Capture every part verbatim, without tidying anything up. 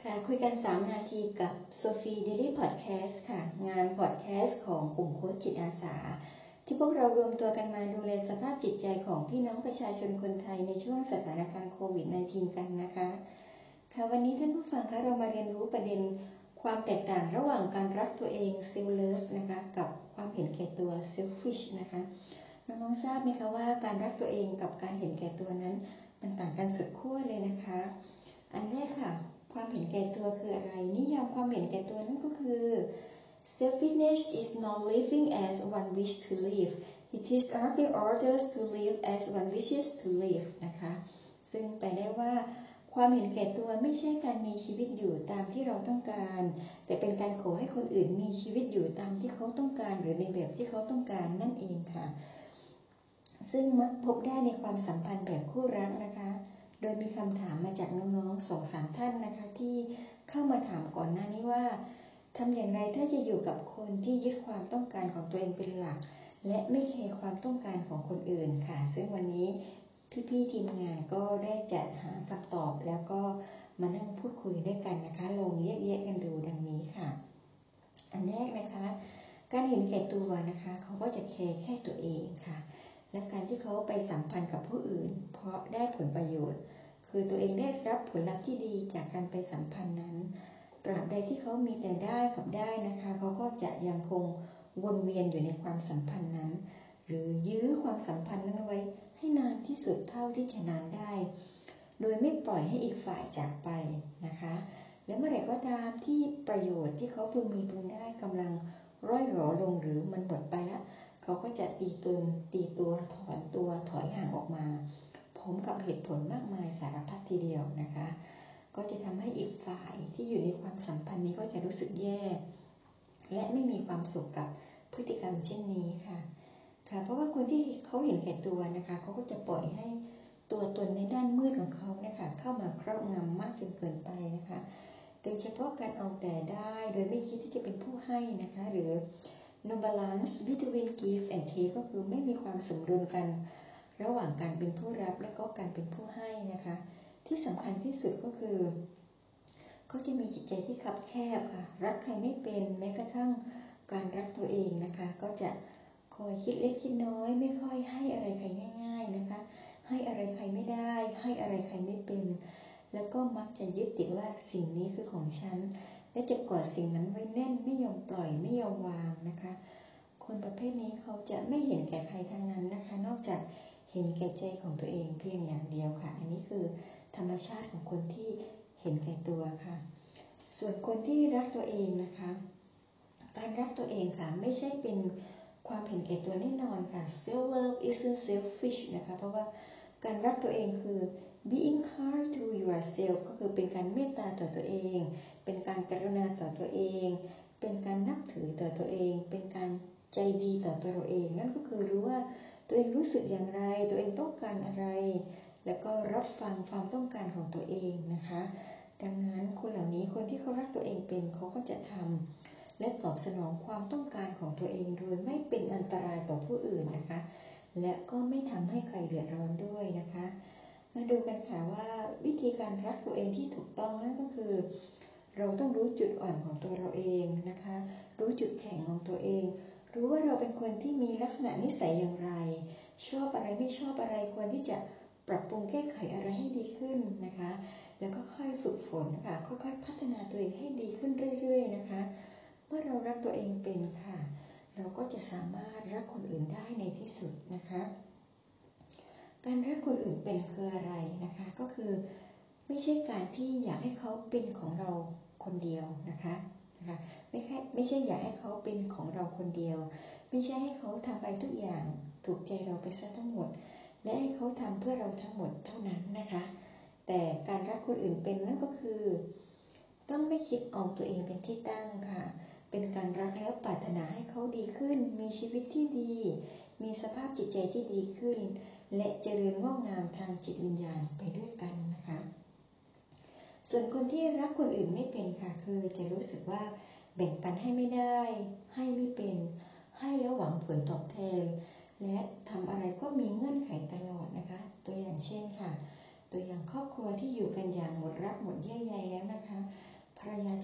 ค่ะคุยกันสามนาทีกับโซฟีเดลี่พอดแคสต์ค่ะงานพอดแคสต์ของกลุ่มโค้ชจิตอาสาที่พวกเรารวมตัวกันมาดูแลสภาพจิตใจของพี่น้องประชาชนคนไทยในช่วงสถานการณ์โควิด สิบเก้า กันนะคะค่ะวันนี้ท่านผู้ฟังคะเรามาเรียนรู้ประเด็นความแตกต่างระหว่างการรักตัวเองเซลฟ์เลิฟนะคะกับความเห็นแก่ตัวเซลฟิชนะคะน้องๆทราบไหมคะว่าการรักตัวเองกับการเห็นแก่ตัวนั้นมันต่างกันสุดขั้วเลยนะคะอันแรกค่ะความเห็นแก่ตัวคืออะไรนิยามความเห็นแก่ตัวนั่นก็คือ selfishness is not living as one wish to live it is asking others to live as one wishes to live นะคะซึ่งแปลได้ว่าความเห็นแก่ตัวไม่ใช่การมีชีวิตอยู่ตามที่เราต้องการแต่เป็นการขอให้คนอื่นมีชีวิตอยู่ตามที่เขาต้องการหรือในแบบที่เขาต้องการนั่นเองค่ะซึ่งมักพบได้ในความสัมพันธ์แบบคู่รักนะคะโดยมีคำถามมาจากน้องๆ สองสาม ท่านนะคะที่เข้ามาถามก่อนหน้านี้ว่าทำอย่างไรถ้าจะอยู่กับคนที่ยึดความต้องการของตัวเองเป็นหลักและไม่แคร์ความต้องการของคนอื่นค่ะซึ่งวันนี้พี่ๆทีมงานก็ได้จัดหาคำตอบแล้วก็มานั่งพูดคุยด้วยกันนะคะลองแยกแยะกันดูดังนี้ค่ะอันแรกนะคะการเห็นแก่ตัวนะคะเขาก็จะแคร์แค่ตัวเองค่ะและการที่เขาไปสัมพันธ์กับผู้อื่นเพราะได้ผลประโยชน์คือตัวเองได้รับผลลัพธ์ที่ดีจากการไปสัมพันธ์นั้นตราบใดที่เขามีแต่ได้กับได้นะคะเขาก็จะยังคงวนเวียนอยู่ในความสัมพันธ์นั้นหรือยื้อความสัมพันธ์นั้นไว้ให้นานที่สุดเท่าที่จะนานได้โดยไม่ปล่อยให้อีกฝ่ายจากไปนะคะและเมื่อไหร่ก็ตามที่ประโยชน์ที่เขาพึงมีพึงได้กำลังร่อยหรอลงหรือมันหมดไปแล้วเขาก็จะตีตนตีตัวถอนตัวถอยห่างออกมาพร้อมกับเหตุผลมากมายสารพัดทีเดียวนะคะก็จะทำให้อีกฝ่ายที่อยู่ในความสัมพันธ์นี้ก็จะรู้สึกแย่และไม่มีความสุขกับพฤติกรรมเช่นนี้ค่ะค่ะเพราะว่าคนที่เขาเห็นแก่ตัวนะคะเขาก็จะปล่อยให้ตัวตนในด้านมืดของเขานะคะเข้ามาครอบงำมากจนเกินไปนะคะโดยเฉพาะการเอาแต่ได้โดยไม่คิดที่จะเป็นผู้ให้นะคะหรือ no balance between give and take ก็คือไม่มีความสมดุลกันระหว่างการเป็นผู้รับและก็การเป็นผู้ให้นะคะที่สำคัญที่สุดก็คือเขาจะมีจิตใจที่คับแคบค่ะรักใครไม่เป็นแม้กระทั่งการรักตัวเองนะคะก็จะคอยคิดเล็กคิดน้อยไม่ค่อยให้อะไรใครง่ายๆนะคะให้อะไรใครไม่ได้ให้อะไรใครไม่เป็นแล้วก็มักจะยึดติดว่าสิ่งนี้คือของฉันและจะกอดสิ่งนั้นไว้แน่นไม่ยอมปล่อยไม่ยอมวางนะคะคนประเภทนี้เขาจะไม่เห็นแก่ใครทั้งนั้นนะคะนอกจากเห็นแก่ใจของตัวเองเพียงอย่างเดียวค่ะอันนี้คือธรรมชาติของคนที่เห็นแก่ตัวค่ะส่วนคนที่รักตัวเองนะคะการรักตัวเองค่ะไม่ใช่เป็นความเห็นแก่ตัวแน่นอนค่ะ self love isn't selfish นะคะเพราะว่าการรักตัวเองคือ being kind to yourself ก็คือเป็นการเมตตาต่อตัวเองเป็นการกรุณาต่อตัวเองเป็นการนับถือต่อตัวเองเป็นการใจดีต่อตัวเราเองนั่นก็คือรู้ว่าตัวเองรู้สึกอย่างไรตัวเองต้องการอะไรแล้วก็รับฟังความต้องการของตัวเองนะคะดังนั้นคนเหล่านี้คนที่เขารักตัวเองเป็นเขาก็จะทำและตอบสนองความต้องการของตัวเองโดยไม่เป็นอันตรายต่อผู้อื่นนะคะและก็ไม่ทำให้ใครเดือดร้อนด้วยนะคะมาดูกันค่ะว่าวิธีการรักตัวเองที่ถูกต้องนั่นก็คือเราต้องรู้จุดอ่อนของตัวเราเองนะคะรู้จุดแข็งของตัวเองรู้ว่าเราเป็นคนที่มีลักษณะนิสัยอย่างไรชอบอะไรไม่ชอบอะไรควรที่จะปรับปรุงแก้ไขอะไรให้ดีขึ้นนะคะแล้วก็ค่อยฝึกฝนค่ะค่อยๆพัฒนาตัวเองให้ดีขึ้นเรื่อยๆนะคะเมื่อเรารักตัวเองเป็นค่ะเราก็จะสามารถรักคนอื่นได้ในที่สุดนะคะการรักคนอื่นเป็นคืออะไรนะคะก็คือไม่ใช่การที่อยากให้เขาเป็นของเราคนเดียวนะคะนะคะไม่ใช่ไม่ใช่อยากให้เขาเป็นของเราคนเดียวไม่ใช่ให้เขาทำอะไรทุกอย่างถูกใจเราไปซะทั้งหมดและให้เขาทำเพื่อเราทั้งหมดเท่านั้นนะคะแต่การรักคนอื่นเป็นนั่นก็คือต้องไม่คิดเอาตัวเองเป็นที่ตั้งค่ะเป็นการรักแล้วปรารถนาให้เขาดีขึ้นมีชีวิตที่ดีมีสภาพจิตใจที่ดีขึ้นและเจริญงอกงามทางจิตวิญญาณไปด้วยกันนะคะส่วนคนที่รักคนอื่นไม่เป็นค่ะคือจะรู้สึกว่าแบ่งปันให้ไม่ได้ให้ไม่เป็นให้แล้วหวังผลตอบแทนและทำอะไรก็มีเงื่อนไขตลอดนะคะตัวอย่างเช่นค่ะตัวอย่างครอบครัวที่อยู่กันอย่างหมดรักหมดเยื่อใยแล้วนะคะ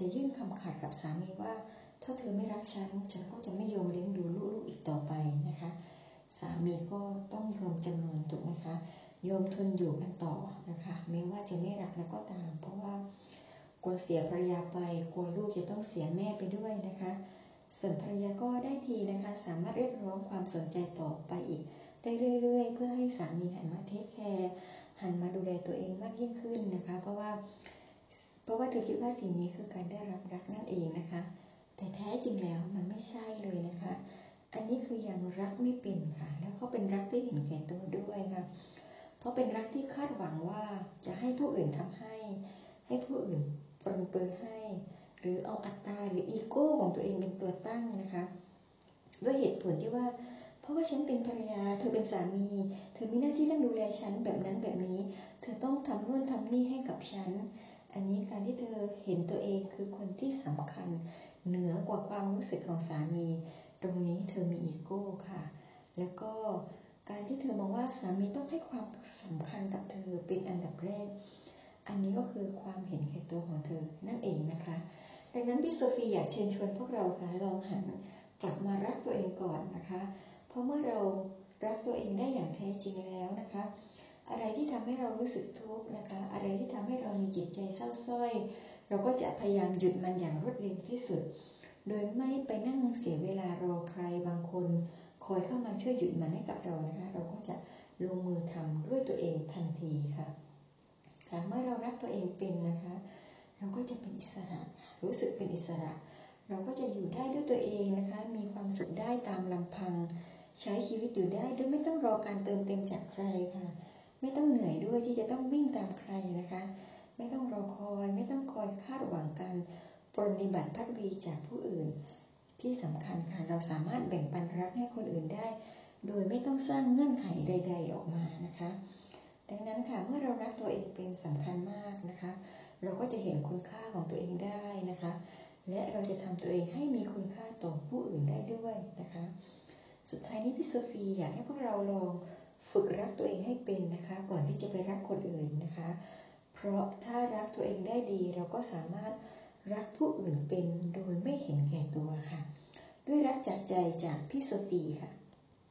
ยื่นคำขาดกับสามีว่าถ้าเธอไม่รักฉันฉันก็จะไม่ยอมเลี้ยงดูลูกๆอีกต่อไปนะคะสามีก็ต้องยอมจำนนถูกไหมคะยอมทนอยู่กันต่อนะคะแม้ว่าจะไม่รักแล้วก็ตามเพราะว่ากลัวเสียภรรยาไปกลัวลูกจะต้องเสียแม่ไปด้วยนะคะส่วนภรรยาก็ได้ทีนะคะสามารถเรียกร้องความสนใจต่อไปอีกได้เรื่อยๆเพื่อให้สามีหันมาเทคแคร์หันมาดูแลตัวเองมากยิ่งขึ้นนะคะเพราะว่าเพราะว่าเธอคิดว่าสิ่งนี้คือการได้รับรักนั่นเองนะคะแต่แท้จริงแล้วมันไม่ใช่เลยนะคะอันนี้คือยังรักไม่เป็นค่ะแล้วก็เป็นรักที่เห็นแก่ตัวด้วยค่ะเพราะเป็นรักที่คาดหวังว่าจะให้ผู้อื่นทำให้ให้ผู้อื่นปรนเปื้อให้หรือเอาอัตตาหรืออีโก้ของตัวเองเป็นตัวตั้งนะคะด้วยเหตุผลที่ว่าเพราะว่าฉันเป็นภรรยาเธอเป็นสามีเธอมีหน้าที่ต้องดูแลฉันแบบนั้นแบบนี้เธอต้องทำนู่นทำนี่ให้กับฉันอันนี้การที่เธอเห็นตัวเองคือคนที่สำคัญเหนือกว่าความรู้สึกของสามีตรงนี้เธอมีอีโก้ค่ะแล้วก็การที่เธอมองว่าสามีต้องให้ความสำคัญกับเธอเป็นอันดับแรกอันนี้ก็คือความเห็นแก่ตัวของเธอนั่นเองนะคะดังนั้นพี่โซฟีอยากเชิญชวนพวกเราค่ะลองหันกลับมารักตัวเองก่อนนะคะเพราะเมื่อเรารักตัวเองได้อย่างแท้จริงแล้วนะคะอะไรที่ทำให้เรารู้สึกทุกข์นะคะอะไรที่ทำให้เรามีจิตใจเศร้าส้อยเราก็จะพยายามหยุดมันอย่างรวดเร็วที่สุดโดยไม่ไปนั่งเสียเวลารอใครบางคนคอยเข้ามาช่วยหยุดมันให้กับเรานะคะเราก็จะลงมือทำด้วยตัวเองทันทีค่ะแต่เมื่อเรารักตัวเองเป็นนะคะเราก็จะเป็นอิสระรู้สึกเป็นอิสระเราก็จะอยู่ได้ด้วยตัวเองนะคะมีความสุขได้ตามลำพังใช้ชีวิตอยู่ได้โดยไม่ต้องรอการเติมเต็มจากใครค่ะไม่ต้องเหนื่อยด้วยที่จะต้องวิ่งตามใครนะคะไม่ต้องรอคอยไม่ต้องคอยคาดหวังกันปรนนิบัติพัดวีจากผู้อื่นที่สำคัญค่ะเราสามารถแบ่งปันรักให้คนอื่นได้โดยไม่ต้องสร้างเงื่อนไขใดๆออกมานะคะดังนั้นค่ะเมื่อเรารักตัวเองเป็นสำคัญมากนะคะเราก็จะเห็นคุณค่าของตัวเองได้นะคะและเราจะทำตัวเองให้มีคุณค่าต่อผู้อื่นได้ด้วยนะคะสุดท้ายนี้พี่โซฟีอยากให้พวกเราลองฝึกรักตัวเองให้เป็นนะคะก่อนที่จะไปรักคนอื่นนะคะเพราะถ้ารักตัวเองได้ดีเราก็สามารถรักผู้อื่นเป็นโดยไม่เห็นแก่ตัวค่ะด้วยรักจากใจจากพี่โซฟีค่ะ